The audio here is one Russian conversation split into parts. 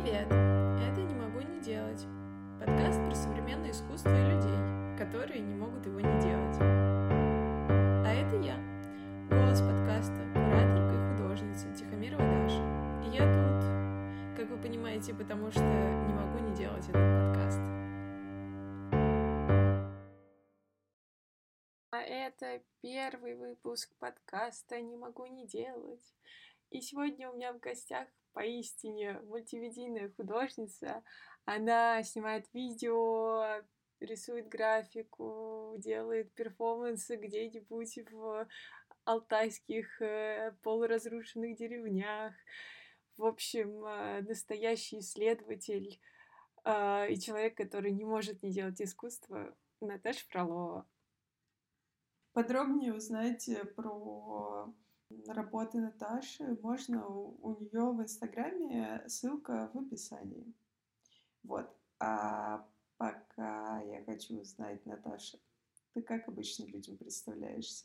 Привет! Это «Не могу не делать» — подкаст про современное искусство и людей, которые не могут его не делать. А это я, голос подкаста, кураторка и художница Тихомирова Даша. И я тут, как вы понимаете, потому что не могу не делать этот подкаст. А это первый выпуск подкаста «Не могу не делать». И сегодня у меня в гостях поистине мультимедийная художница. Она снимает видео, рисует графику, делает перформансы где-нибудь в алтайских полуразрушенных деревнях. В общем, настоящий исследователь и человек, который не может не делать искусство, Наташа Фролова. Подробнее узнать про работы Наташи можно у нее в Инстаграме, ссылка в описании. Вот. А пока я хочу узнать, Наташа, ты как обычно людям представляешься?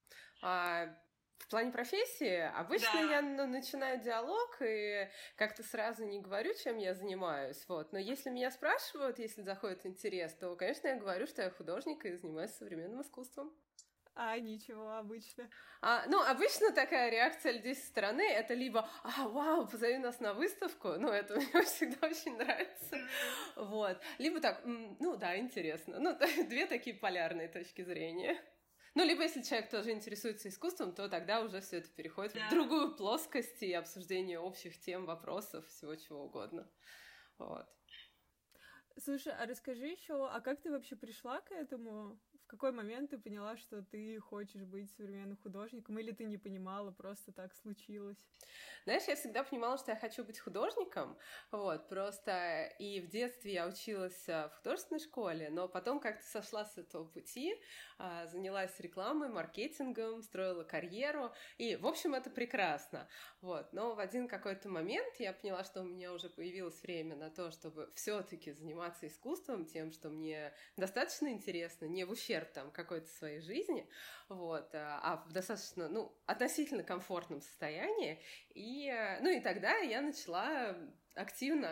В плане профессии обычно я начинаю диалог и как-то сразу не говорю, чем я занимаюсь, вот. Но если меня спрашивают, если заходит интерес, то, конечно, я говорю, что я художник и занимаюсь современным искусством. Ничего, обычно. Обычно такая реакция людей со стороны, это либо вау, позови нас на выставку, это мне всегда очень нравится, вот. Либо так, интересно. Две такие полярные точки зрения. Либо если человек тоже интересуется искусством, то тогда уже все это переходит в другую плоскость и обсуждение общих тем, вопросов, всего чего угодно. Вот. Слушай, а расскажи еще, как ты вообще пришла к этому? В какой момент ты поняла, что ты хочешь быть современным художником, или ты не понимала, просто так случилось? Знаешь, я всегда понимала, что я хочу быть художником, вот, просто и в детстве я училась в художественной школе, но потом как-то сошла с этого пути, занялась рекламой, маркетингом, строила карьеру, и, в общем, это прекрасно, вот, но в один какой-то момент я поняла, что у меня уже появилось время на то, чтобы все-таки заниматься искусством, тем, что мне достаточно интересно, не в ущерб там какой-то своей жизни, вот, а в достаточно, относительно комфортном состоянии, и тогда я начала активно,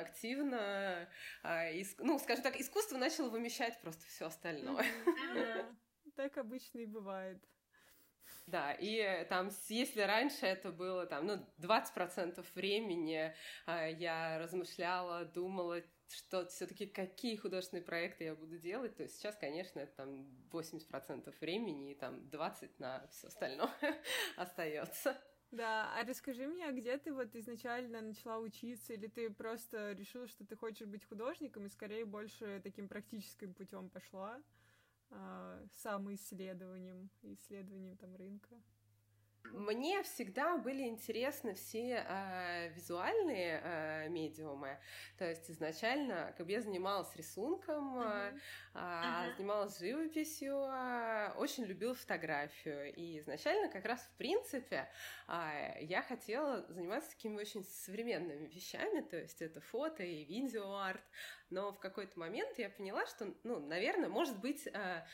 скажем так, искусство начало вымещать просто все остальное. Так обычно и бывает. Да, и там, если раньше это было 20% времени я размышляла, думала, что все-таки какие художественные проекты я буду делать, то сейчас, конечно, это 80% времени, и 20% на все остальное остается. Да, а расскажи мне, где ты изначально начала учиться, или ты просто решила, что ты хочешь быть художником, и скорее больше таким практическим путем пошла, самоисследованием, исследованием рынка? Мне всегда были интересны все визуальные медиумы, то есть изначально я занималась рисунком, занималась живописью, очень любила фотографию, и изначально как раз в принципе я хотела заниматься такими очень современными вещами, то есть это фото и видеоарт, но в какой-то момент я поняла, что, наверное, может быть...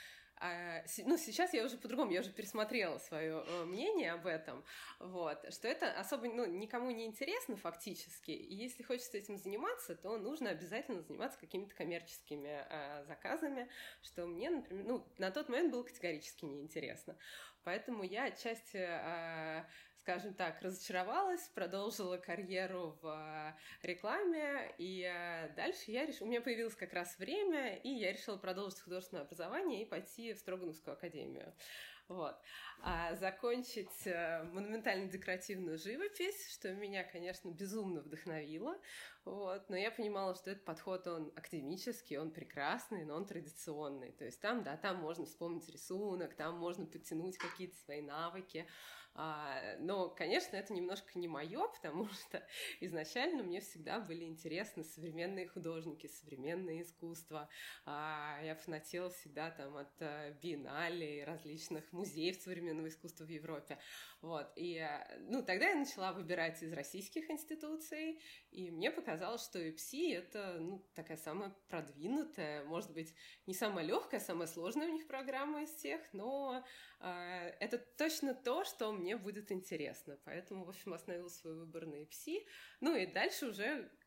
сейчас я уже по-другому, я уже пересмотрела свое мнение об этом, вот, что это особо, никому не интересно фактически, и если хочется этим заниматься, то нужно обязательно заниматься какими-то коммерческими заказами, что мне, например, на тот момент было категорически неинтересно, поэтому я отчасти... скажем так, разочаровалась, продолжила карьеру в рекламе, и дальше у меня появилось как раз время, и я решила продолжить художественное образование и пойти в Строгановскую академию. Вот. Закончить монументально-декоративную живопись, что меня, конечно, безумно вдохновило, вот, но я понимала, что этот подход, он академический, он прекрасный, но он традиционный, то есть там можно вспомнить рисунок, там можно подтянуть какие-то свои навыки, но, конечно, это немножко не мое, потому что изначально мне всегда были интересны современные художники, современное искусство, я фанатела всегда от биеннале, различных музеев современного искусства в Европе. Вот. И, тогда я начала выбирать из российских институций, и мне показалось, что ИПСИ — это, такая самая продвинутая, может быть, не самая легкая, самая сложная у них программа из всех, но это точно то, что мне будет интересно. Поэтому, в общем, остановила свой выбор на ИПСИ. И дальше уже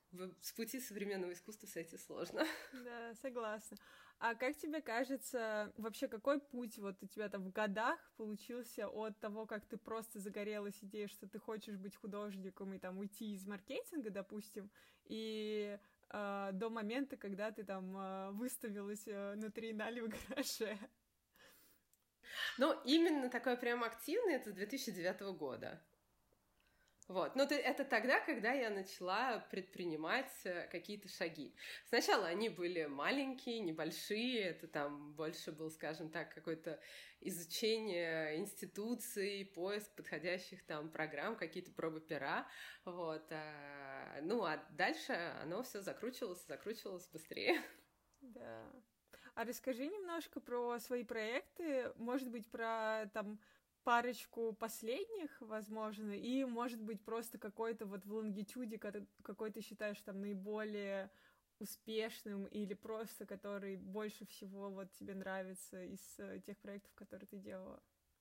с пути современного искусства сойти сложно. Да, согласна. А как тебе кажется, вообще какой путь вот у тебя там в годах получился от того, как ты просто загорелась идеей, что ты хочешь быть художником и там уйти из маркетинга, допустим, и до момента, когда ты там выставилась на Триеннале в гараже? Ну, именно такое прям активное, это с 2009 года. Вот, но это тогда, когда я начала предпринимать какие-то шаги. Сначала они были маленькие, небольшие, это там больше был, скажем так, какое-то изучение институций, поиск подходящих там программ, какие-то пробы пера, вот. Ну, а дальше оно все закручивалось быстрее. Да. А расскажи немножко про свои проекты, может быть, про там парочку последних, возможно, и, может быть, просто какой-то вот в лонгитюде, какой ты считаешь там наиболее успешным или просто который больше всего вот тебе нравится из тех проектов, которые ты делала?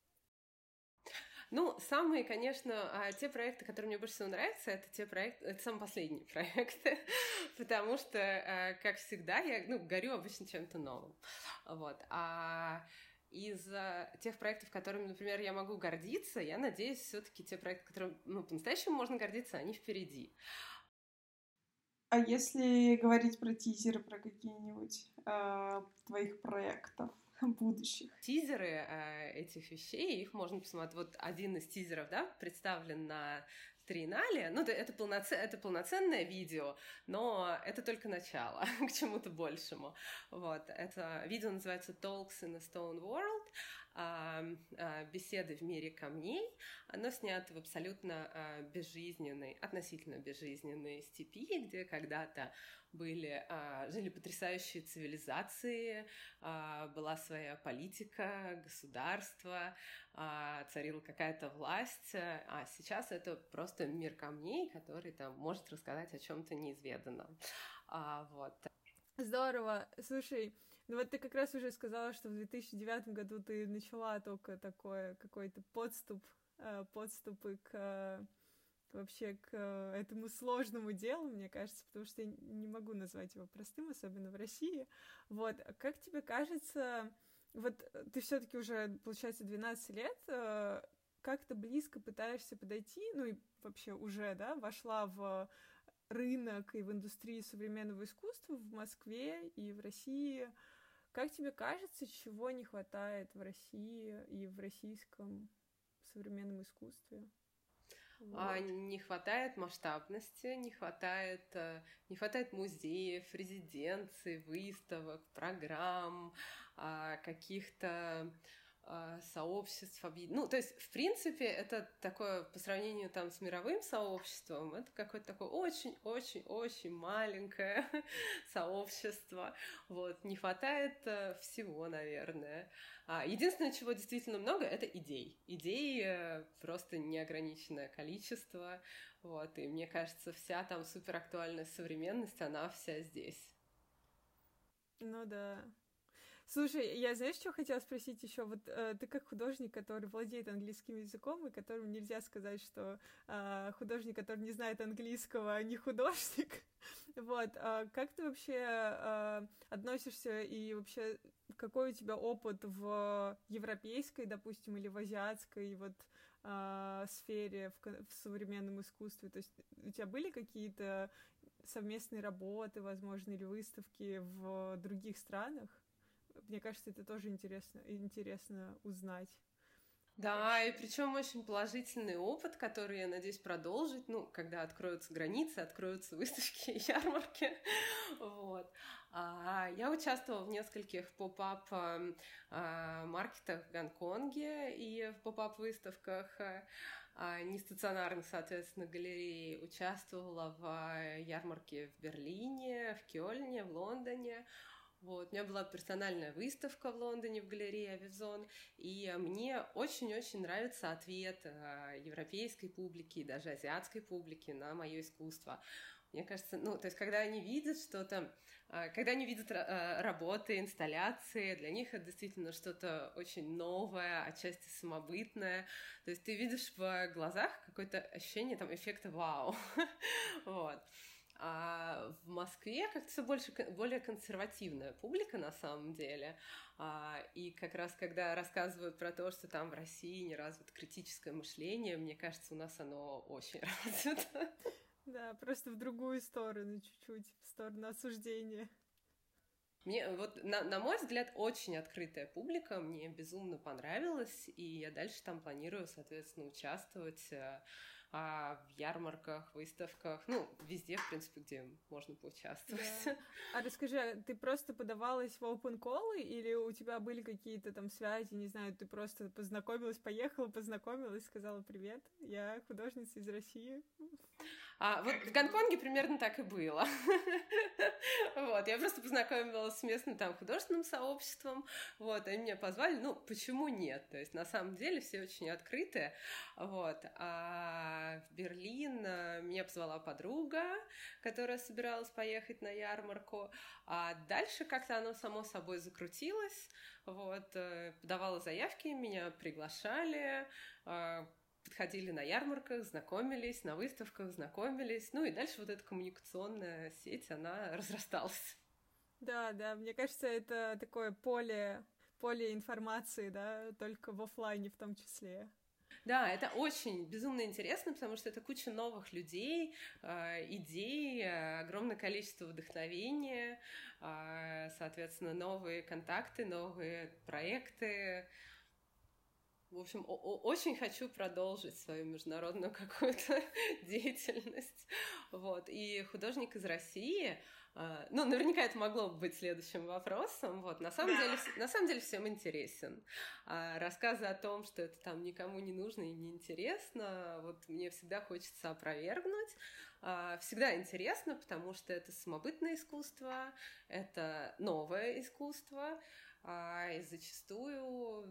Ну, самые, конечно, те проекты, которые мне больше всего нравятся, это те проекты, это самые последние проекты, потому что, как всегда, я, горю обычно чем-то новым, вот, из тех проектов, которыми, например, я могу гордиться, я надеюсь, все-таки те проекты, которыми, по-настоящему можно гордиться, они впереди. А если говорить про тизеры, про какие-нибудь твоих проектов будущих? Тизеры этих вещей, их можно посмотреть. Вот один из тизеров, да, представлен на Триеннале. Ну, это полноценное видео, но это только начало к чему-то большему. Вот. Это видео называется «Talks in a Stone World», «Беседы в мире камней». Оно снято в абсолютно относительно безжизненной степи, где когда-то жили потрясающие цивилизации, была своя политика, государство, царила какая-то власть, а сейчас это просто мир камней, который там может рассказать о чем-то неизведанном. Вот. Здорово. Слушай, ну вот ты как раз уже сказала, что в 2009 году ты начала только такой какой-то подступы вообще к этому сложному делу, мне кажется, потому что я не могу назвать его простым, особенно в России. Вот, как тебе кажется, вот ты все-таки уже, получается, 12 лет, как-то близко пытаешься подойти, ну и вообще уже, да, вошла в рынок и в индустрию современного искусства в Москве и в России. Как тебе кажется, чего не хватает в России и в российском современном искусстве? Вот. Не хватает масштабности, не хватает музеев, резиденций, выставок, программ, каких-то сообществ. Ну, то есть, в принципе, это такое, по сравнению там с мировым сообществом, это какое-то такое очень-очень-очень маленькое сообщество. Вот, не хватает всего, наверное. Единственное, чего действительно много, это идей. Идей просто неограниченное количество. Вот, и мне кажется, вся там суперактуальная современность, она вся здесь. Ну да. Слушай, я знаешь, что хотела спросить еще? Вот ты как художник, который владеет английским языком, и которому нельзя сказать, что художник, который не знает английского, не художник. Вот, как ты вообще относишься и вообще какой у тебя опыт в европейской, допустим, или в азиатской вот сфере в современном искусстве? То есть у тебя были какие-то совместные работы, возможно, или выставки в других странах? Мне кажется, это тоже интересно узнать. Да, и причем очень положительный опыт, который я надеюсь продолжить, когда откроются границы, откроются выставки и ярмарки. Вот. Я участвовала в нескольких поп-ап маркетах в Гонконге и в поп-ап выставках нестационарных, соответственно, галерей. Участвовала в ярмарке в Берлине, в Кёльне, в Лондоне. Вот. У меня была персональная выставка в Лондоне в галерее Авизон, и мне очень-очень нравится ответ европейской публики, даже азиатской публики на мое искусство. Мне кажется, то есть, когда они видят что-то, когда они видят работы, инсталляции, для них это действительно что-то очень новое, отчасти самобытное. То есть ты видишь в глазах какое-то ощущение там эффекта вау. Вот. А в Москве как-то все более консервативная публика на самом деле. И как раз когда рассказывают про то, что там в России не развито критическое мышление, мне кажется, у нас оно очень развито. Да, просто в другую сторону чуть-чуть, в сторону осуждения. Мне вот, на мой взгляд, очень открытая публика, мне безумно понравилось, и я дальше там планирую, соответственно, участвовать в ярмарках, выставках, ну, везде, в принципе, где можно поучаствовать. Да. А расскажи, ты просто подавалась в open call или у тебя были какие-то там связи, не знаю, ты просто познакомилась, сказала привет, я художница из России? Вот в Гонконге примерно так и было. Вот, я просто познакомилась с местным там художественным сообществом, вот, они меня позвали, ну, почему нет? То есть, на самом деле, все очень открытые, вот. А в Берлин меня позвала подруга, которая собиралась поехать на ярмарку, а дальше как-то оно само собой закрутилось, вот, подавала заявки, меня приглашали, подходили на ярмарках, знакомились, на выставках знакомились, ну и дальше вот эта коммуникационная сеть, она разрасталась. Да, мне кажется, это такое поле информации, да, только в офлайне в том числе. Да, это очень безумно интересно, потому что это куча новых людей, идей, огромное количество вдохновения, соответственно, новые контакты, новые проекты. В общем, очень хочу продолжить свою международную какую-то деятельность. Вот. И художник из России, ну, наверняка это могло бы быть следующим вопросом. Вот. На самом деле всем интересен. Рассказы о том, что это там никому не нужно и не интересно, вот мне всегда хочется опровергнуть. Всегда интересно, потому что это самобытное искусство, это новое искусство, и зачастую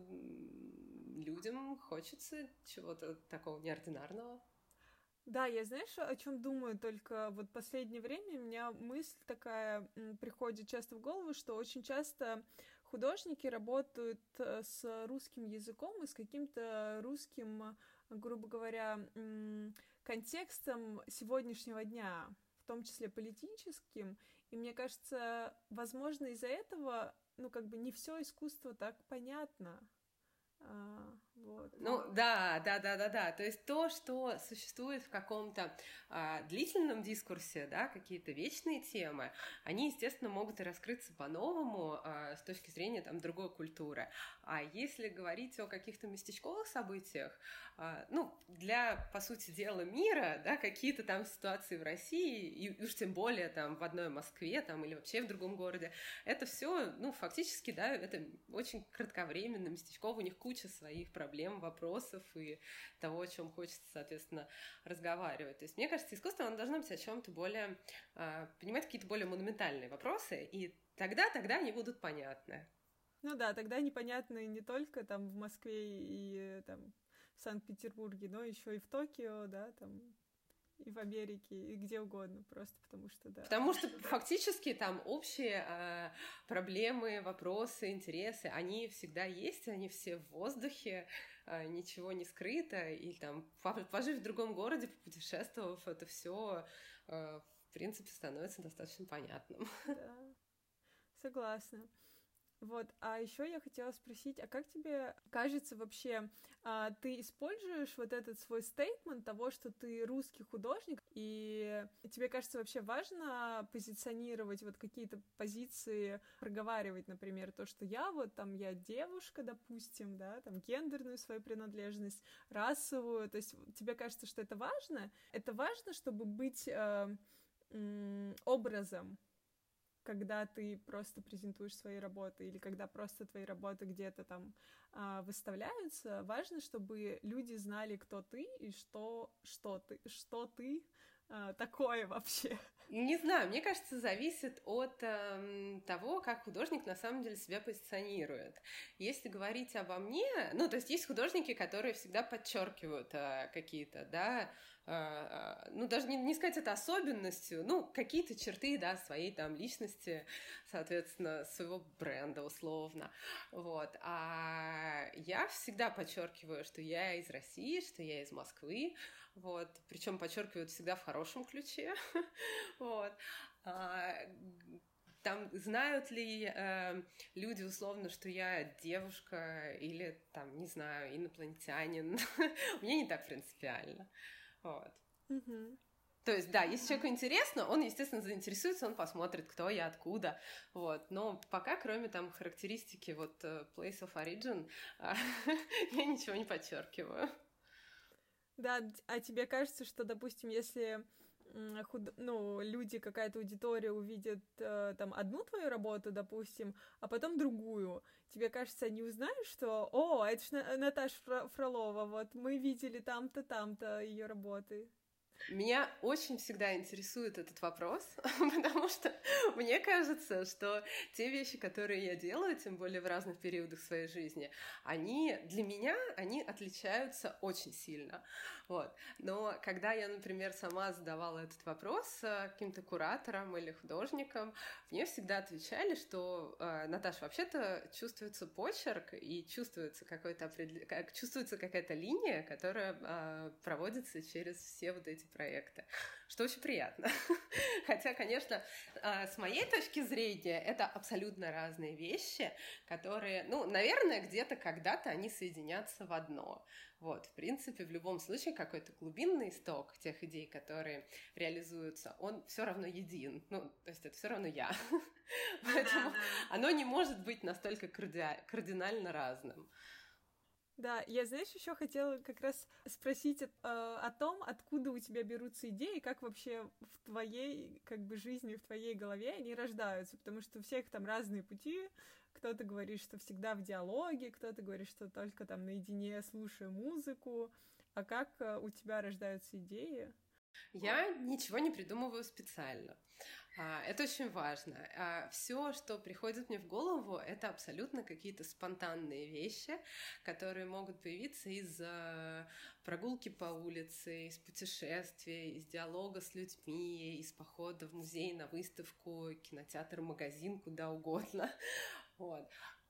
людям хочется чего-то такого неординарного. Да, я, знаешь, о чем думаю, только вот последнее время у меня мысль такая приходит часто в голову, что очень часто художники работают с русским языком и с каким-то русским, грубо говоря, контекстом сегодняшнего дня, в том числе политическим. И мне кажется, возможно, из-за этого, ну, как бы не все искусство так понятно. Вот. Ну, да. То есть то, что существует в каком-то длительном дискурсе, да, какие-то вечные темы, они, естественно, могут и раскрыться по-новому с точки зрения там другой культуры. А если говорить о каких-то местечковых событиях, ну, для, по сути дела, мира, да, какие-то там ситуации в России, и уж тем более там в одной Москве там, или вообще в другом городе, это все, ну, фактически, да, это очень кратковременно, местечково, у них куча своих проблем, вопросов и того, о чем хочется, соответственно, разговаривать. То есть, мне кажется, искусство, оно должно быть о чем-то более, понимать какие-то более монументальные вопросы, и тогда они будут понятны. Ну да, тогда непонятны не только там в Москве и там в Санкт-Петербурге, но еще и в Токио, да, там и в Америке, и где угодно, просто потому что, да. Потому что фактически там общие проблемы, вопросы, интересы, они всегда есть, они все в воздухе, ничего не скрыто, и там, пожив в другом городе, попутешествовав, это все в принципе, становится достаточно понятным. Да, согласна. Вот, а еще я хотела спросить, а как тебе кажется вообще, ты используешь вот этот свой стейтмент того, что ты русский художник, и тебе кажется вообще важно позиционировать вот какие-то позиции, проговаривать, например, то, что я вот там, я девушка, допустим, да, там гендерную свою принадлежность, расовую, то есть тебе кажется, что это важно? Это важно, чтобы быть образом, когда ты просто презентуешь свои работы или когда просто твои работы где-то там выставляются, важно, чтобы люди знали, кто ты и что ты такое вообще. Не знаю, мне кажется, зависит от того, как художник на самом деле себя позиционирует. Если говорить обо мне, ну, то есть есть художники, которые всегда подчеркивают какие-то, да, ну, даже не сказать это особенностью, ну, какие-то черты, да, своей там личности, соответственно, своего бренда условно, вот. А я всегда подчеркиваю, что я из России, что я из Москвы, вот, причем подчеркивают всегда в хорошем ключе, вот. Там знают ли люди условно, что я девушка или там, не знаю, инопланетянин, мне не так принципиально, вот. То есть, да, если человеку интересно, он, естественно, заинтересуется, он посмотрит, кто я, откуда, вот. Но пока, кроме там характеристики вот place of origin, я ничего не подчеркиваю. Да, а тебе кажется, что, допустим, если люди, какая-то аудитория увидят там одну твою работу, допустим, а потом другую, тебе кажется, они узнают, что, это ж Наташа Фролова, вот мы видели там-то ее работы? Меня очень всегда интересует этот вопрос, потому что мне кажется, что те вещи, которые я делаю, тем более в разных периодах своей жизни, для меня они отличаются очень сильно. Вот. Но когда я, например, сама задавала этот вопрос каким-то кураторам или художникам, мне всегда отвечали, что Наташа, вообще-то чувствуется почерк и чувствуется какая-то линия, которая проводится через все вот эти проекты, что очень приятно. Хотя, конечно, с моей точки зрения, это абсолютно разные вещи, которые, наверное, где-то когда-то они соединятся в одно. Вот, в принципе, в любом случае какой-то глубинный исток тех идей, которые реализуются, он все равно един. То есть это все равно я. Поэтому оно не может быть настолько кардинально разным. Да, я, знаешь, еще хотела как раз спросить о том, откуда у тебя берутся идеи, как вообще в твоей жизни, в твоей голове они рождаются, потому что у всех там разные пути, кто-то говорит, что всегда в диалоге, кто-то говорит, что только там наедине слушая музыку, а как у тебя рождаются идеи? Я ничего не придумываю специально. Это очень важно. Все, что приходит мне в голову, это абсолютно какие-то спонтанные вещи, которые могут появиться из прогулки по улице, из путешествия, из диалога с людьми, из похода в музей, на выставку, кинотеатр, магазин, куда угодно. Вот.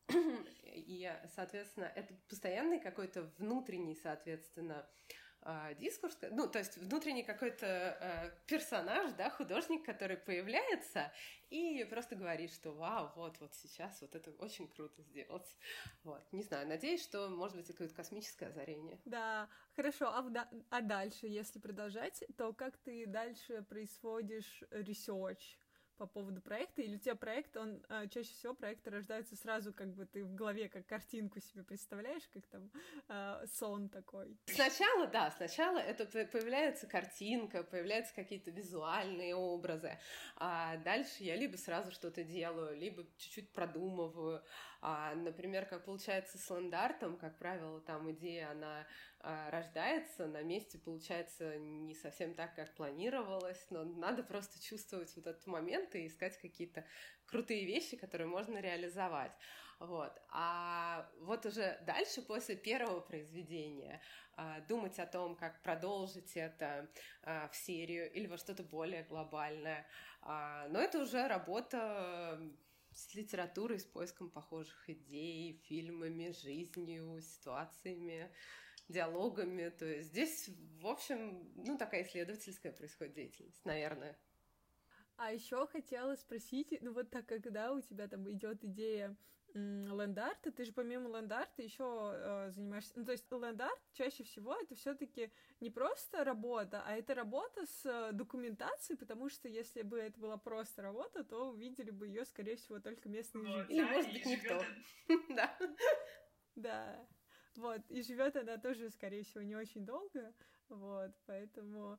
И, соответственно, это постоянный какой-то внутренний, соответственно, дискурс, то есть внутренний какой-то персонаж, да, художник, который появляется и просто говорит, что вау, вот сейчас вот это очень круто сделать. Вот, не знаю, надеюсь, что, может быть, это какое-то космическое озарение. Да, хорошо, а дальше, если продолжать, то как ты дальше производишь ресерч по поводу проекта, или у тебя проект, чаще всего проекты рождаются сразу, ты в голове как картинку себе представляешь, как там сон такой? Сначала это появляется картинка, появляются какие-то визуальные образы, а дальше я либо сразу что-то делаю, либо чуть-чуть продумываю. Например, как получается с лендартом, как правило, там идея, она рождается, на месте получается не совсем так, как планировалось, но надо просто чувствовать вот этот момент и искать какие-то крутые вещи, которые можно реализовать. Вот. А вот уже дальше, после первого произведения, думать о том, как продолжить это в серию или во что-то более глобальное. Но это уже работа с литературой, с поиском похожих идей, фильмами, жизнью, ситуациями, диалогами. То есть здесь, в общем, такая исследовательская происходит деятельность, наверное. А еще хотела спросить, вот так, когда у тебя там идет идея ленд-арта, ты же помимо ленд-арта еще занимаешься... то есть ленд-арт чаще всего это все-таки не просто работа, а это работа с документацией, потому что если бы это была просто работа, то увидели бы ее, скорее всего, только местные жители. Или, может быть, никто. Да. Да. Вот, и живет она тоже, скорее всего, не очень долго, вот, поэтому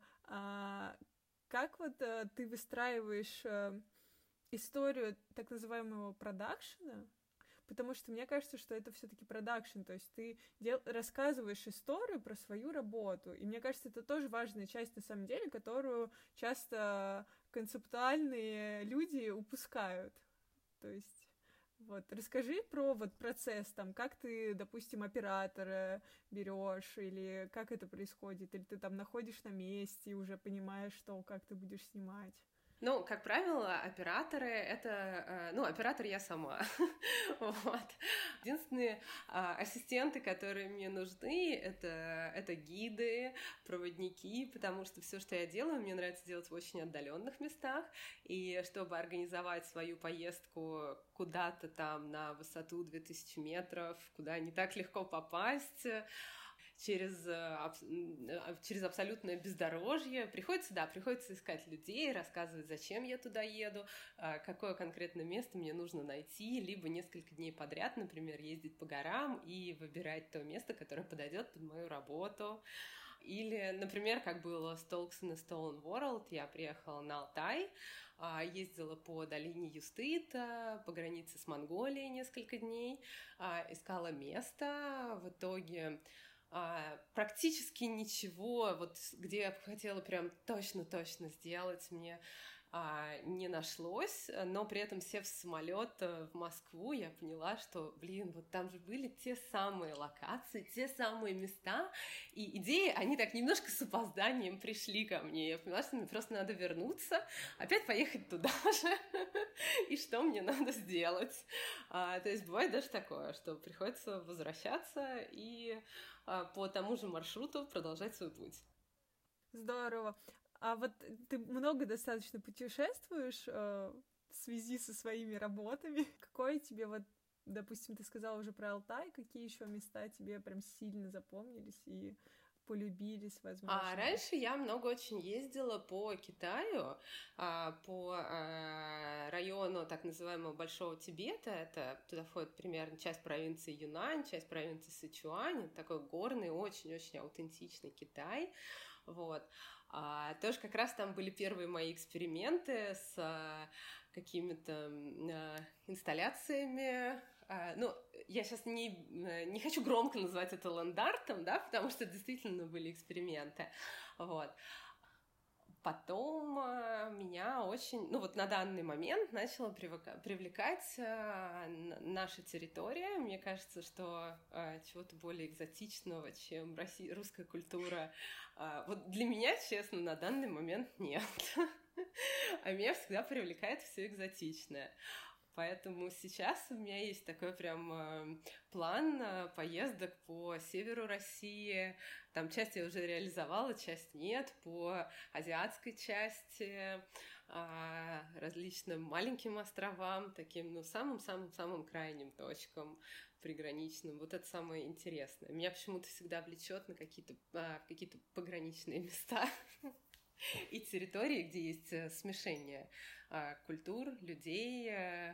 как вот ты выстраиваешь историю так называемого продакшена, потому что мне кажется, что это все-таки продакшн, то есть ты рассказываешь историю про свою работу, и мне кажется, это тоже важная часть на самом деле, которую часто концептуальные люди упускают, то есть вот, расскажи про вот процесс, там, как ты, допустим, оператора берешь, или как это происходит, или ты там находишь на месте и уже понимаешь, что, как ты будешь снимать. Ну, как правило, операторы — это... оператор я сама. Вот. Единственные ассистенты, которые мне нужны, это гиды, проводники, потому что все, что я делаю, мне нравится делать в очень отдаленных местах. И чтобы организовать свою поездку куда-то там на высоту 2000 метров, куда не так легко попасть, через абсолютное бездорожье. Приходится искать людей, рассказывать, зачем я туда еду, какое конкретное место мне нужно найти, либо несколько дней подряд, например, ездить по горам и выбирать то место, которое подойдет под мою работу. Или, например, как было с Talks in a Stone World, я приехала на Алтай, ездила по долине Юстыта, по границе с Монголией несколько дней, искала место, в итоге практически ничего, вот где я бы хотела прям точно сделать, мне не нашлось, но при этом, сев в самолет в Москву, я поняла, что, вот там же были те самые локации, те самые места, и идеи, они так немножко с опозданием пришли ко мне. Я поняла, что мне просто надо вернуться, опять поехать туда же, и что мне надо сделать. То есть бывает даже такое, что приходится возвращаться и по тому же маршруту продолжать свой путь. Здорово. А вот ты много достаточно путешествуешь в связи со своими работами? Какое тебе допустим, ты сказала уже про Алтай, какие еще места тебе прям сильно запомнились и полюбились, возможно? Раньше я много очень ездила по Китаю, по району так называемого Большого Тибета. Это туда входит примерно часть провинции Юнань, часть провинции Сычуань. Такой горный, очень-очень аутентичный Китай. Вот. Тоже как раз там были первые мои эксперименты с какими-то инсталляциями. Я сейчас не хочу громко называть это ландартом, да, потому что действительно были эксперименты. Вот. Потом меня очень, на данный момент начала привлекать наша территория. Мне кажется, что чего-то более экзотичного, чем русская культура, вот для меня, честно, на данный момент нет. А меня всегда привлекает все экзотичное. Поэтому сейчас у меня есть такой прям план поездок по северу России. Там часть я уже реализовала, часть нет. По азиатской части, различным маленьким островам, таким, самым-самым-самым крайним точкам приграничным. Вот это самое интересное. Меня почему-то всегда влечет на какие-то пограничные места и территории, где есть смешение культур, людей,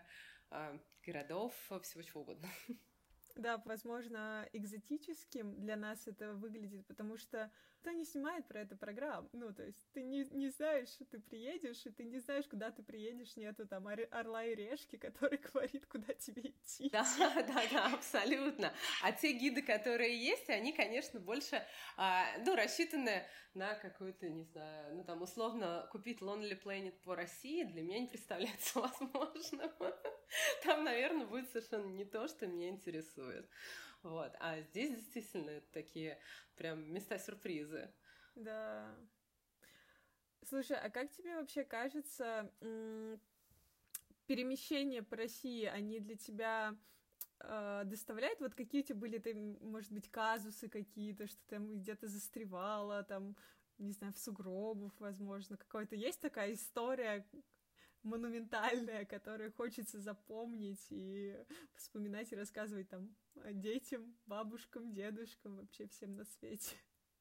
городов, всего чего угодно. Да, возможно, экзотическим для нас это выглядит, потому что никто не снимает про это программ. То есть ты не знаешь, что ты приедешь, и ты не знаешь, куда ты приедешь, нету там орла и решки, который говорит, куда тебе идти. Да, абсолютно. А те гиды, которые есть, они, конечно, больше, рассчитаны на какую-то, не знаю, условно купить Lonely Planet по России для меня не представляется возможным. Там, наверное, будет совершенно не то, что меня интересует. Вот. А здесь действительно такие прям места-сюрпризы. Да. Слушай, а как тебе вообще кажется, перемещения по России, они для тебя доставляют? Вот какие у тебя были, может быть, казусы какие-то, что ты где-то застревала, там, не знаю, в сугробах, возможно, какой-то есть такая история монументальная, которую хочется запомнить и вспоминать и рассказывать там детям, бабушкам, дедушкам, вообще всем на свете?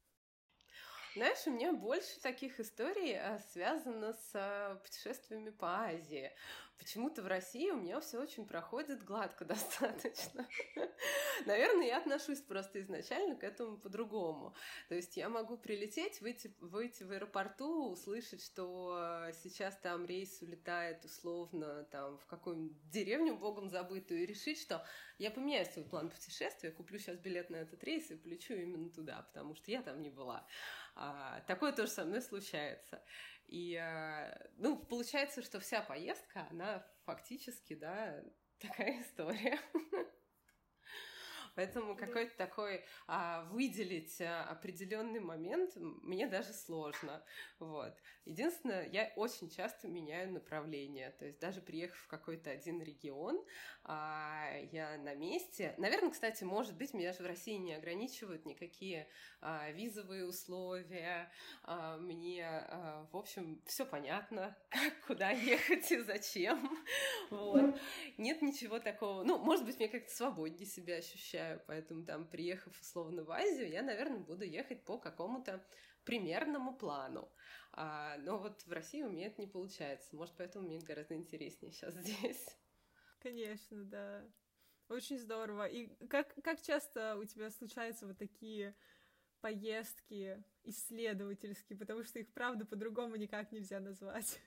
Знаешь, у меня больше таких историй связано с путешествиями по Азии. Почему-то в России у меня все очень проходит гладко достаточно. Наверное, я отношусь просто изначально к этому по-другому. То есть я могу прилететь, выйти в аэропорту, услышать, что сейчас там рейс улетает условно там в какую-нибудь деревню богом забытую, и решить, что я поменяю свой план путешествия, куплю сейчас билет на этот рейс и полечу именно туда, потому что я там не была. Такое тоже со мной случается. И, получается, что вся поездка, она фактически, да, такая история. Поэтому какой-то такой выделить определенный момент мне даже сложно. Вот. Единственное, я очень часто меняю направление. То есть даже приехав в какой-то один регион, я на месте. Наверное, кстати, может быть, меня же в России не ограничивают никакие визовые условия. Мне, в общем, все понятно, как, куда ехать и зачем. Вот. Нет ничего такого. Ну, может быть, мне как-то свободнее себя ощущаю, поэтому там, приехав условно в Азию, я, наверное, буду ехать по какому-то примерному плану. Но вот в России у меня это не получается. Может, поэтому мне гораздо интереснее сейчас здесь. Конечно, да. Очень здорово. И как часто у тебя случаются вот такие поездки исследовательские, потому что их, правда, по-другому никак нельзя назвать?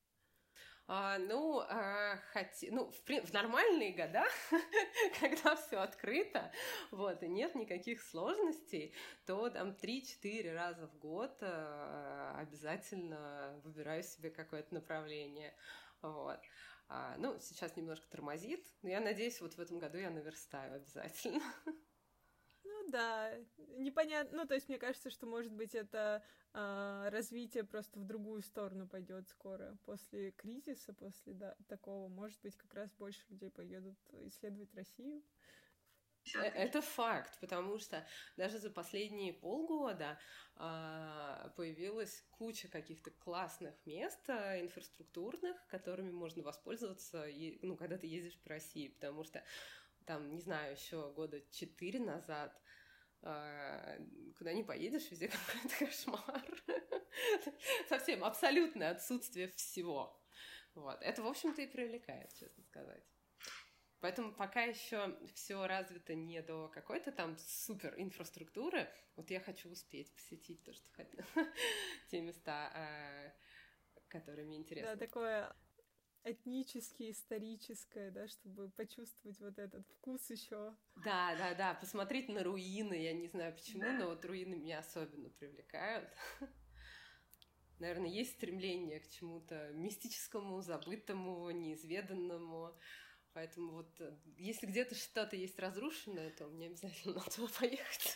В нормальные года, когда все открыто, вот, и нет никаких сложностей, то там 3-4 раза в год обязательно выбираю себе какое-то направление. Вот. Сейчас немножко тормозит, но я надеюсь, вот в этом году я наверстаю обязательно. Ну да, непонятно. Ну, то есть мне кажется, что, может быть, это развитие просто в другую сторону пойдет скоро. После кризиса, после такого, может быть, как раз больше людей поедут исследовать Россию. Это факт, потому что даже за последние полгода появилась куча каких-то классных мест инфраструктурных, которыми можно воспользоваться, когда ты ездишь по России, потому что там, не знаю, еще года 4 назад куда ни поедешь, везде какой-то кошмар. Совсем абсолютное отсутствие всего. Вот. Это, в общем-то, и привлекает, честно сказать. Поэтому пока еще все развито не до какой-то там супер инфраструктуры, вот я хочу успеть посетить то, что хотела, те места, которые мне интересны. Да, такое этническое, историческое, да, чтобы почувствовать вот этот вкус еще. Да, посмотреть на руины, я не знаю почему, но вот руины меня особенно привлекают. Наверное, есть стремление к чему-то мистическому, забытому, неизведанному. Поэтому вот если где-то что-то есть разрушенное, то мне обязательно надо туда поехать.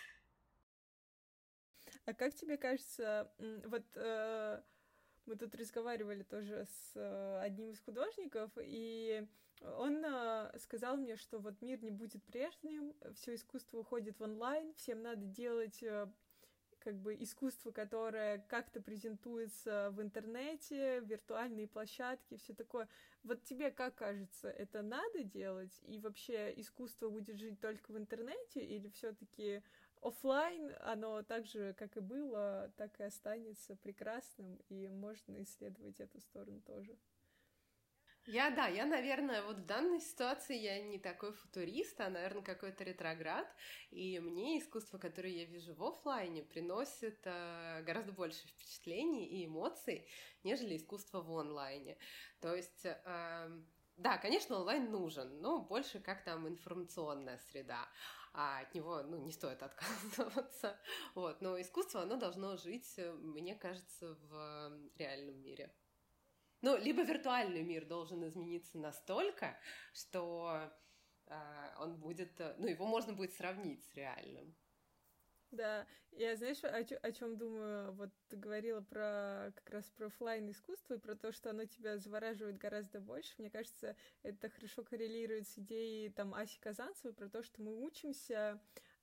А как тебе кажется, вот мы тут разговаривали тоже с одним из художников, и он сказал мне, что вот мир не будет прежним, все искусство уходит в онлайн, всем надо делать как бы искусство, которое как-то презентуется в интернете, виртуальные площадки, все такое. Вот тебе как кажется, это надо делать? И вообще искусство будет жить только в интернете? Или все-таки офлайн, оно так же, как и было, так и останется прекрасным, и можно исследовать эту сторону тоже? Я, наверное, вот в данной ситуации я не такой футурист, а, наверное, какой-то ретроград, и мне искусство, которое я вижу в офлайне, приносит гораздо больше впечатлений и эмоций, нежели искусство в онлайне. То есть, да, конечно, онлайн нужен, но больше как там информационная среда, а от него, не стоит отказываться. Вот. Но искусство, оно должно жить, мне кажется, в реальном мире. Либо виртуальный мир должен измениться настолько, что он будет, его можно будет сравнить с реальным. Да, я, знаешь, о чем думаю? Вот ты говорила как раз про офлайн искусство и про то, что оно тебя завораживает гораздо больше. Мне кажется, это хорошо коррелирует с идеей там Аси Казанцевой про то, что мы учимся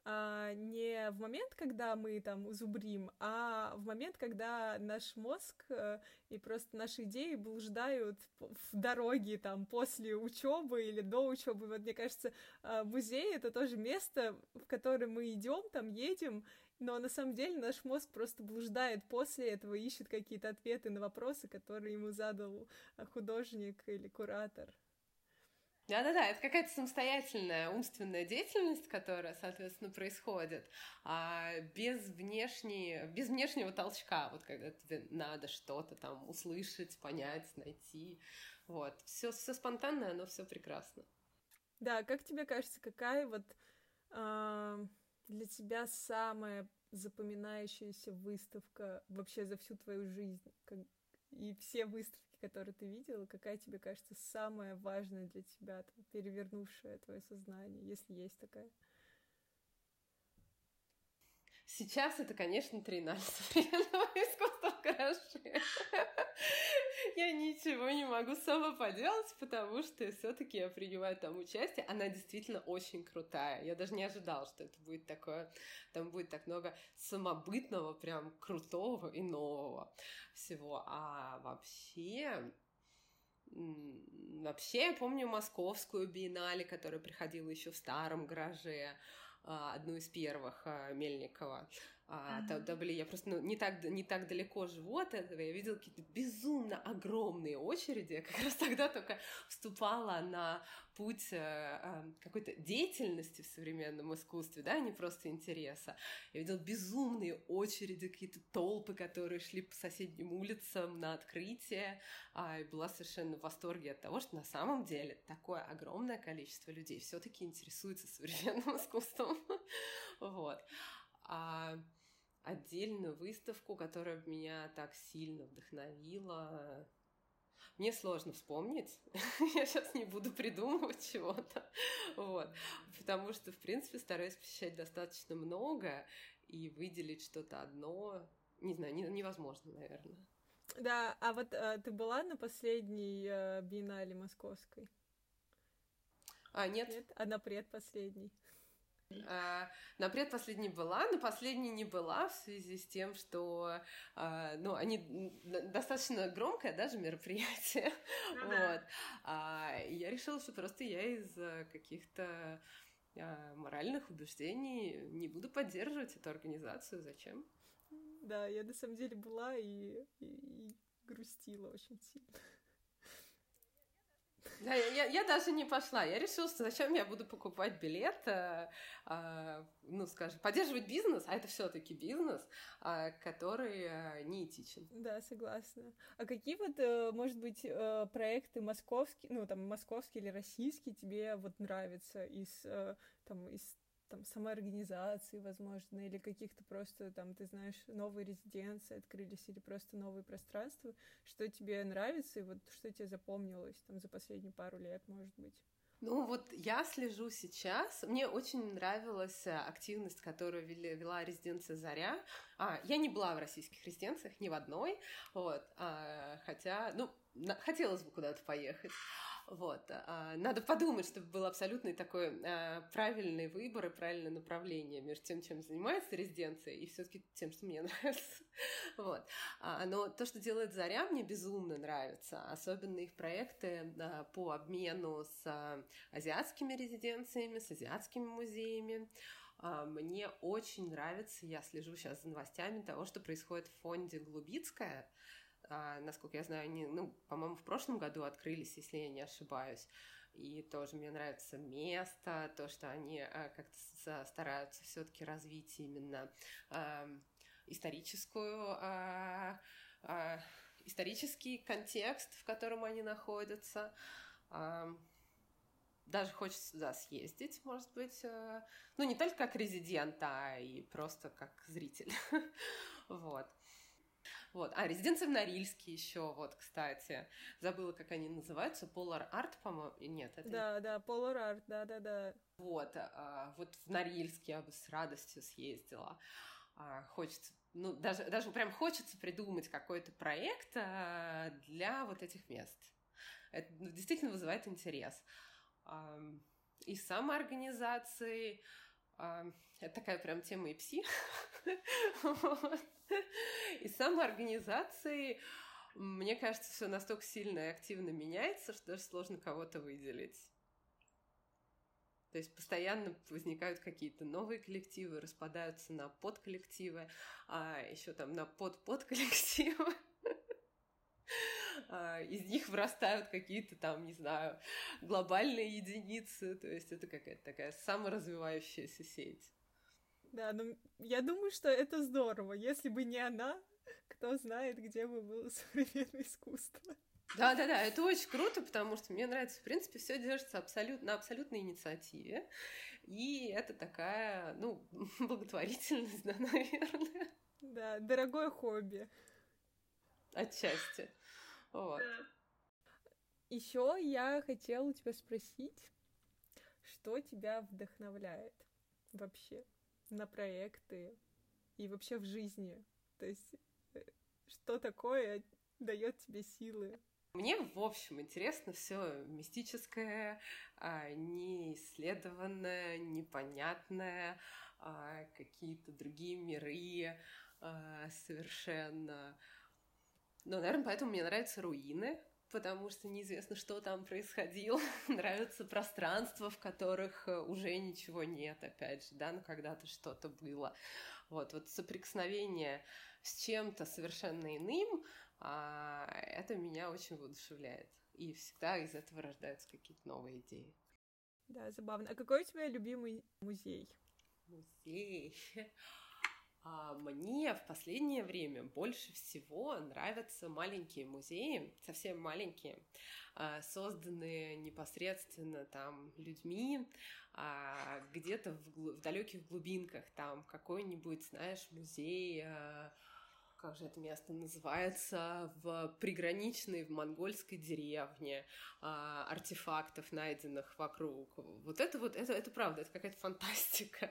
не в момент, когда мы там зубрим, а в момент, когда наш мозг и просто наши идеи блуждают в дороге там после учебы или до учебы. Вот мне кажется, музей — это тоже место, в которое мы идем, там едем, но на самом деле наш мозг просто блуждает после этого, ищет какие-то ответы на вопросы, которые ему задал художник или куратор. Да, это какая-то самостоятельная умственная деятельность, которая, соответственно, происходит, без внешнего толчка, вот когда тебе надо что-то там услышать, понять, найти. Вот. Все спонтанное, но все прекрасно. Да, как тебе кажется, какая вот для тебя самая запоминающаяся выставка вообще за всю твою жизнь? И все выставки, которые ты видела, какая тебе кажется самая важная для тебя, там, перевернувшая твое сознание, если есть такая? Сейчас это, конечно, триеннале современного искусства в гараже. Я ничего не могу сама поделать, потому что все-таки я принимаю там участие. Она действительно очень крутая. Я даже не ожидала, что это будет такое. Там будет так много самобытного, прям крутого и нового всего. А вообще я помню московскую биеннале, которая приходила еще в старом гараже, одну из первых, Мельникова. Там были, я просто не так далеко живу от этого, я видела какие-то безумно огромные очереди. Я как раз тогда только вступала на путь какой-то деятельности в современном искусстве, да, не просто интереса. Я видела безумные очереди, какие-то толпы, которые шли по соседним улицам на открытие, и была совершенно в восторге от того, что на самом деле такое огромное количество людей все-таки интересуется современным искусством. Вот. Отдельную выставку, которая меня так сильно вдохновила, мне сложно вспомнить. Я сейчас не буду придумывать чего-то. Вот. Потому что, в принципе, стараюсь посещать достаточно много, и выделить что-то одно, не знаю, невозможно, наверное. Да, а вот ты была на последней биеннале московской? Нет. А на предпоследней? На предпоследней была, на последней не была, в связи с тем, что они достаточно громкое даже мероприятие. Вот. И я решила, что просто я из каких-то моральных убеждений не буду поддерживать эту организацию. Зачем? Да, я на самом деле была и грустила очень сильно. Да, я даже не пошла. Я решила, что зачем я буду покупать билет, скажем, поддерживать бизнес, а это все-таки бизнес, который неэтичен. Да, согласна. А какие вот, может быть, проекты московские, московские или российские тебе вот нравятся из самой организации, возможно, или каких-то просто, ты знаешь, новые резиденции открылись, или просто новые пространства, что тебе нравится, и вот что тебе запомнилось за последние пару лет, может быть? Ну вот я слежу сейчас, мне очень нравилась активность, которую вела резиденция «Заря». Я не была в российских резиденциях, ни в одной, вот, хотя, хотелось бы куда-то поехать. Вот. Надо подумать, чтобы был абсолютный такой правильный выбор и правильное направление между тем, чем занимается резиденция, и все-таки тем, что мне нравится. Вот. Но то, что делает «Заря», мне безумно нравится. Особенно их проекты по обмену с азиатскими резиденциями, с азиатскими музеями. Мне очень нравится, я слежу сейчас за новостями того, что происходит в фонде «Глубицкая». Насколько я знаю, они, по-моему, в прошлом году открылись, если я не ошибаюсь. И тоже мне нравится место, то, что они как-то стараются все-таки развить именно исторический контекст, в котором они находятся. Даже хочется туда съездить, может быть. Не только как резидент, а и просто как зритель. Вот. Вот. Резиденция в Норильске еще, вот, кстати. Забыла, как они называются. Polar Art, по-моему. Нет, это... Да, Polar Art, да. Вот. Вот в Норильске я бы с радостью съездила. Хочется... даже прям хочется придумать какой-то проект для вот этих мест. Это действительно вызывает интерес. И самоорганизации... Это такая прям тема и пси. И самоорганизации, мне кажется, все настолько сильно и активно меняется, что даже сложно кого-то выделить. То есть постоянно возникают какие-то новые коллективы, распадаются на подколлективы, еще на подколлективы. Из них вырастают какие-то не знаю, глобальные единицы. То есть это какая-то такая саморазвивающаяся сеть. Да, я думаю, что это здорово. Если бы не она, кто знает, где бы было современное искусство. Да, это очень круто, потому что мне нравится, в принципе, все держится на абсолютной инициативе. И это такая, благотворительность, да, наверное. Да, дорогое хобби. Отчасти. Вот. Еще я хотела у тебя спросить, что тебя вдохновляет вообще на проекты, и вообще в жизни? То есть что такое дает тебе силы? Мне, в общем, интересно все мистическое, неисследованное, непонятное, какие-то другие миры совершенно. Но, наверное, поэтому мне нравятся руины, потому что неизвестно, что там происходило. Нравится пространство, в которых уже ничего нет, опять же, да, но когда-то что-то было. Вот соприкосновение с чем-то совершенно иным, это меня очень воодушевляет. И всегда из этого рождаются какие-то новые идеи. Да, забавно. А какой у тебя любимый музей? Музей. Мне в последнее время больше всего нравятся маленькие музеи, совсем маленькие, созданные непосредственно там людьми, где-то в далеких глубинках, там какой-нибудь, знаешь, музей, как же это место называется, в приграничной, в монгольской деревне, артефактов, найденных вокруг. Это правда, это какая-то фантастика.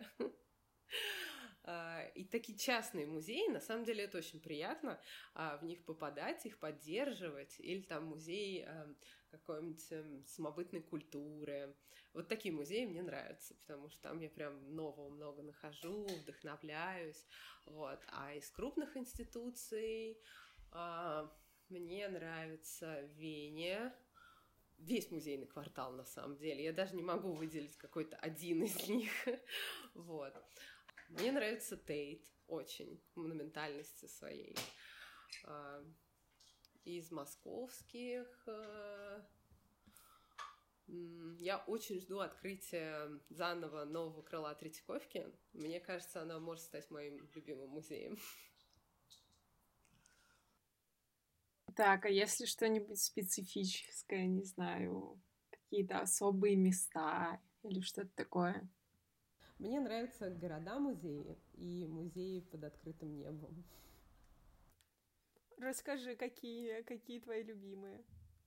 И такие частные музеи, на самом деле, это очень приятно, в них попадать, их поддерживать, или там музей какой-нибудь самобытной культуры. Вот такие музеи мне нравятся, потому что там я прям нового много нахожу, вдохновляюсь, вот. А из крупных институций мне нравится Вене, весь музейный квартал, на самом деле. Я даже не могу выделить какой-то один из них, вот. Мне нравится Тейт очень, в монументальности своей. Из московских я очень жду открытия заново нового крыла Третьяковки. Мне кажется, она может стать моим любимым музеем. Так, а если что-нибудь специфическое, не знаю, какие-то особые места или что-то такое? Мне нравятся города-музеи и музеи под открытым небом. Расскажи, какие твои любимые?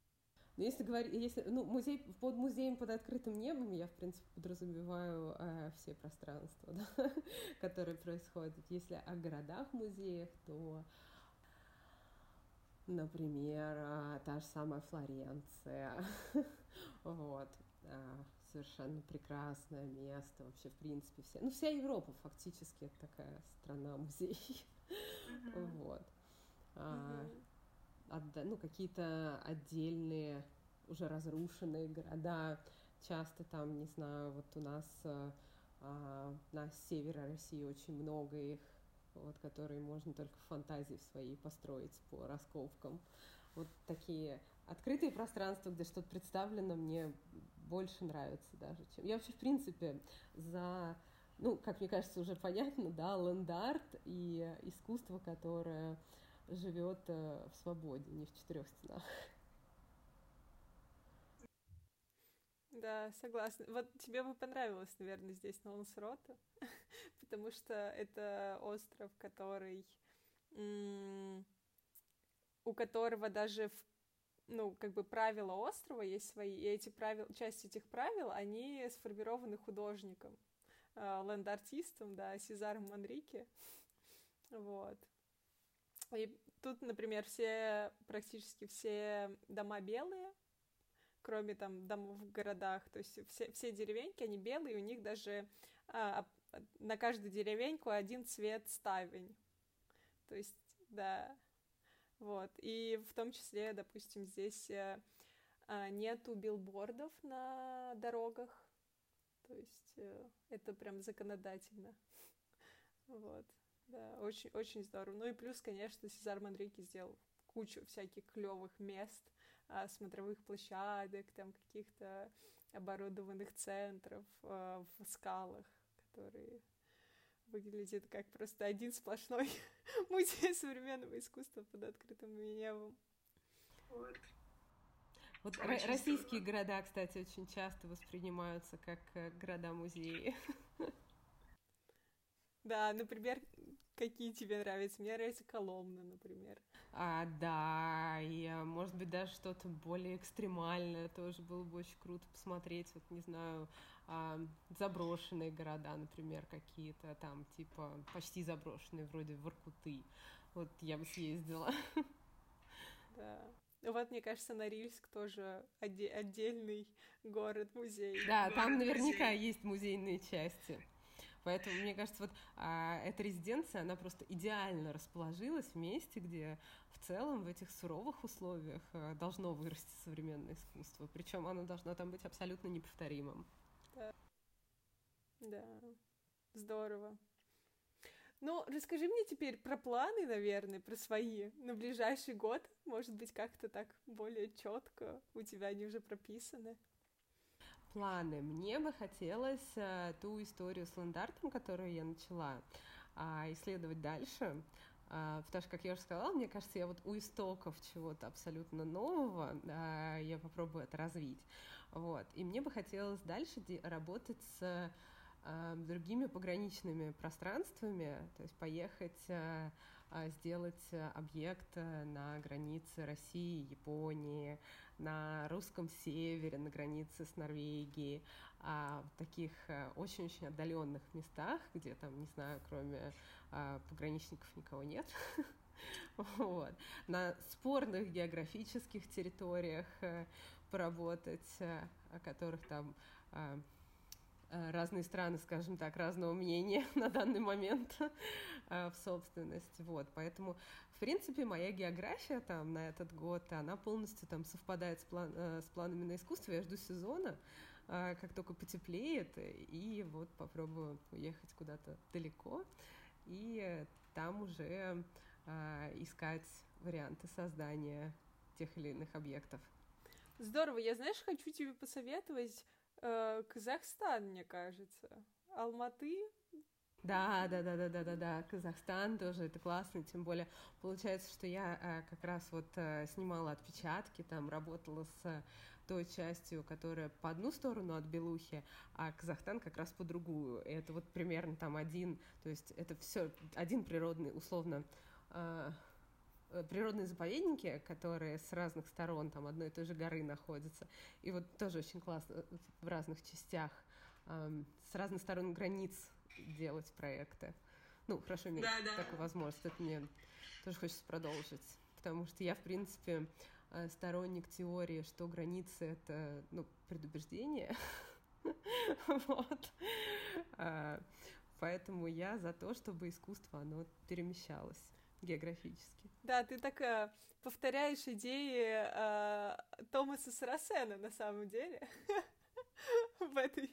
Музей под музеем под открытым небом, я, в принципе, подразумеваю все пространства, да, которые происходят. Если о городах-музеях, то, например, та же самая Флоренция, вот, совершенно прекрасное место, вообще, в принципе, вся Европа фактически это такая страна-музей, вот. Какие-то отдельные, уже разрушенные города, часто там, не знаю, вот у нас на севере России очень много их, вот, которые можно только в фантазии своей построить по раскопкам. Вот такие открытые пространства, где что-то представлено, мне больше нравится даже, чем... Я вообще, в принципе, за... как мне кажется, уже понятно, да, ленд-арт и искусство, которое живет в свободе, не в четырех стенах. Да, согласна. Вот тебе бы понравилось, наверное, здесь на Лансароте, потому что это остров, у которого даже правила острова есть свои, и часть этих правил, они сформированы художником, ленд-артистом, да, Сезаром Манрике, вот. И тут, например, практически все дома белые, кроме там домов в городах, то есть все деревеньки, они белые, у них даже на каждую деревеньку один цвет ставень, то есть, да, вот, и в том числе, допустим, здесь нету билбордов на дорогах, то есть это прям законодательно, вот. Да, очень, очень здорово. Ну и плюс, конечно, Сезар Манрике сделал кучу всяких клевых мест, смотровых площадок, там каких-то оборудованных центров в скалах, которые выглядят как просто один сплошной музей современного искусства под открытым небом. Вот российские города, кстати, очень часто воспринимаются как города-музеи. Да, например, какие тебе нравятся? Мне нравится Коломна, например. Да, и, может быть, даже что-то более экстремальное, тоже было бы очень круто посмотреть, вот, не знаю, заброшенные города, например, какие-то там, типа, почти заброшенные, вроде Воркуты. Вот я бы съездила. Да. Вот, мне кажется, Норильск тоже отдельный город-музей. Да, там наверняка есть музейные части. Поэтому, мне кажется, вот эта резиденция, она просто идеально расположилась в месте, где в целом в этих суровых условиях должно вырасти современное искусство. Причем оно должно там быть абсолютно неповторимым. Да, здорово. Ну, расскажи мне теперь про планы, наверное, про свои на ближайший год. Может быть, как-то так более четко у тебя они уже прописаны. Планы. Мне бы хотелось ту историю с лэнд-артом, которую я начала, исследовать дальше. Потому что, как я уже сказала, мне кажется, я вот у истоков чего-то абсолютно нового, я попробую это развить. Вот. И мне бы хотелось дальше работать с другими пограничными пространствами, то есть поехать сделать объект на границе России, Японии, на русском севере, на границе с Норвегией, в таких очень-очень отдаленных местах, где там, не знаю, кроме пограничников никого нет. Вот. На спорных географических территориях поработать, о которых там разные страны, скажем так, разного мнения на данный момент в собственность. Вот. Поэтому, в принципе, моя география там на этот год, она полностью там совпадает с планами на искусство. Я жду сезона, как только потеплеет, и вот попробую уехать куда-то далеко и там уже искать варианты создания тех или иных объектов. Здорово. Я, знаешь, хочу тебе посоветовать Казахстан, мне кажется. Алматы. Да, Казахстан тоже, это классно, тем более получается, что я как раз вот снимала отпечатки, там работала с той частью, которая по одну сторону от Белухи, а Казахстан как раз по другую. И это вот примерно там то есть это все один природный, условно, природные заповедники, которые с разных сторон там одной и той же горы находятся. И вот тоже очень классно в разных частях, с разных сторон границ делать проекты. Ну, хорошо иметь такую возможность. Это мне тоже хочется продолжить. Потому что я, в принципе, сторонник теории, что границы — это, предубеждение. Вот. Поэтому я за то, чтобы искусство, оно перемещалось географически. Да, ты так повторяешь идеи Томаса Сарасена, на самом деле, в этой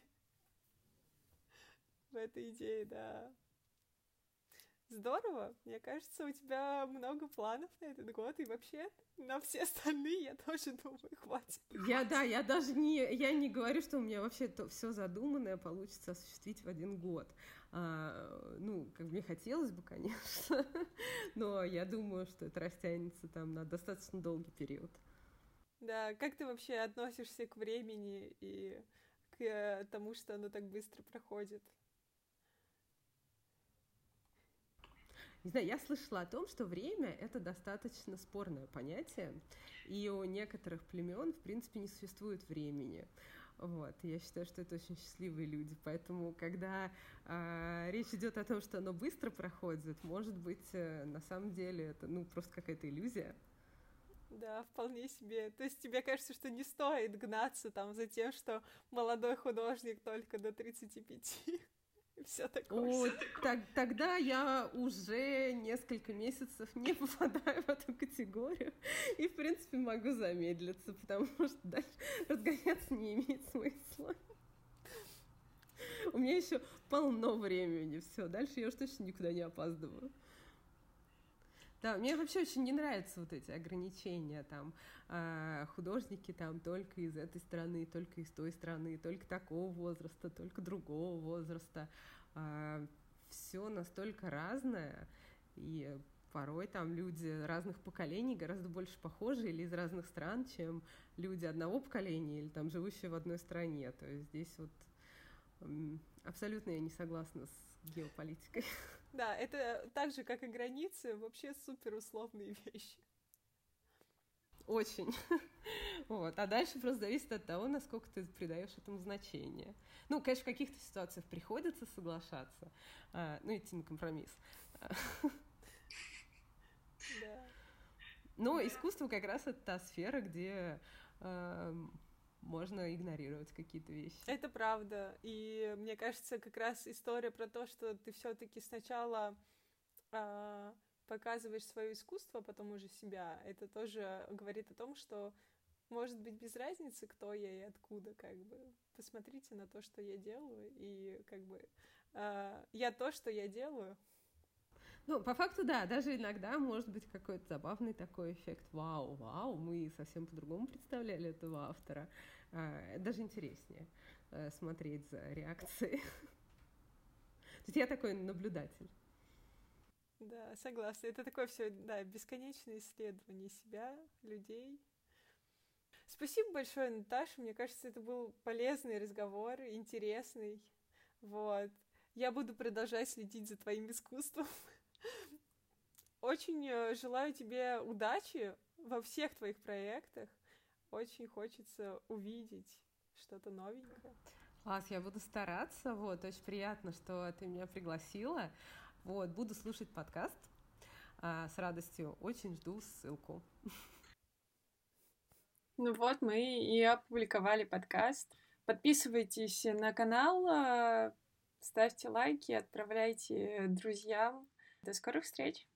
идее, да. Здорово. Мне кажется, у тебя много планов на этот год, и вообще на все остальные, я тоже думаю, хватит. Я даже не говорю, что у меня вообще все задуманное получится осуществить в один год. Как мне хотелось бы, конечно, но я думаю, что это растянется там на достаточно долгий период. Да, как ты вообще относишься к времени и к тому, что оно так быстро проходит? Не знаю, я слышала о том, что время — это достаточно спорное понятие, и у некоторых племен, в принципе, не существует времени. Вот. Я считаю, что это очень счастливые люди, поэтому, когда речь идет о том, что оно быстро проходит, может быть, на самом деле это просто какая-то иллюзия. Да, вполне себе. То есть тебе кажется, что не стоит гнаться там за тем, что молодой художник только до 35? Все такое. Тогда я уже несколько месяцев не попадаю в эту категорию и, в принципе, могу замедлиться, потому что дальше разгоняться не имеет смысла. У меня еще полно времени, все, дальше я уж точно никуда не опаздываю. Да, мне вообще очень не нравятся вот эти ограничения, там, художники там только из этой страны, только из той страны, только такого возраста, только другого возраста. Все настолько разное, и порой там люди разных поколений гораздо больше похожи или из разных стран, чем люди одного поколения или там живущие в одной стране. То есть здесь вот абсолютно я не согласна с геополитикой. Да, это так же, как и границы, вообще супер условные вещи. очень. Вот. А дальше просто зависит от того, насколько ты придаешь этому значение. Ну, конечно, в каких-то ситуациях приходится соглашаться, идти на компромисс. Да. Но искусство как раз это та сфера, где можно игнорировать какие-то вещи. Это правда. И мне кажется, как раз история про то, что ты все-таки сначала показываешь свое искусство, а потом уже себя, это тоже говорит о том, что может быть без разницы, кто я и откуда, как бы. Посмотрите на то, что я делаю, и как бы я то, что я делаю. Ну, по факту, да, даже иногда может быть какой-то забавный такой эффект. Вау, мы совсем по-другому представляли этого автора. Даже интереснее смотреть за реакцией. То есть я такой наблюдатель. Да, согласна. Это такое все, да, бесконечное исследование себя, людей. Спасибо большое, Наташа. Мне кажется, это был полезный разговор, интересный. Вот. Я буду продолжать следить за твоим искусством. Очень желаю тебе удачи во всех твоих проектах. Очень хочется увидеть что-то новенькое. Класс, я буду стараться. Вот, очень приятно, что ты меня пригласила. Вот, буду слушать подкаст с радостью. Очень жду ссылку. Ну вот, мы и опубликовали подкаст. Подписывайтесь на канал, ставьте лайки, отправляйте друзьям. До скорых встреч!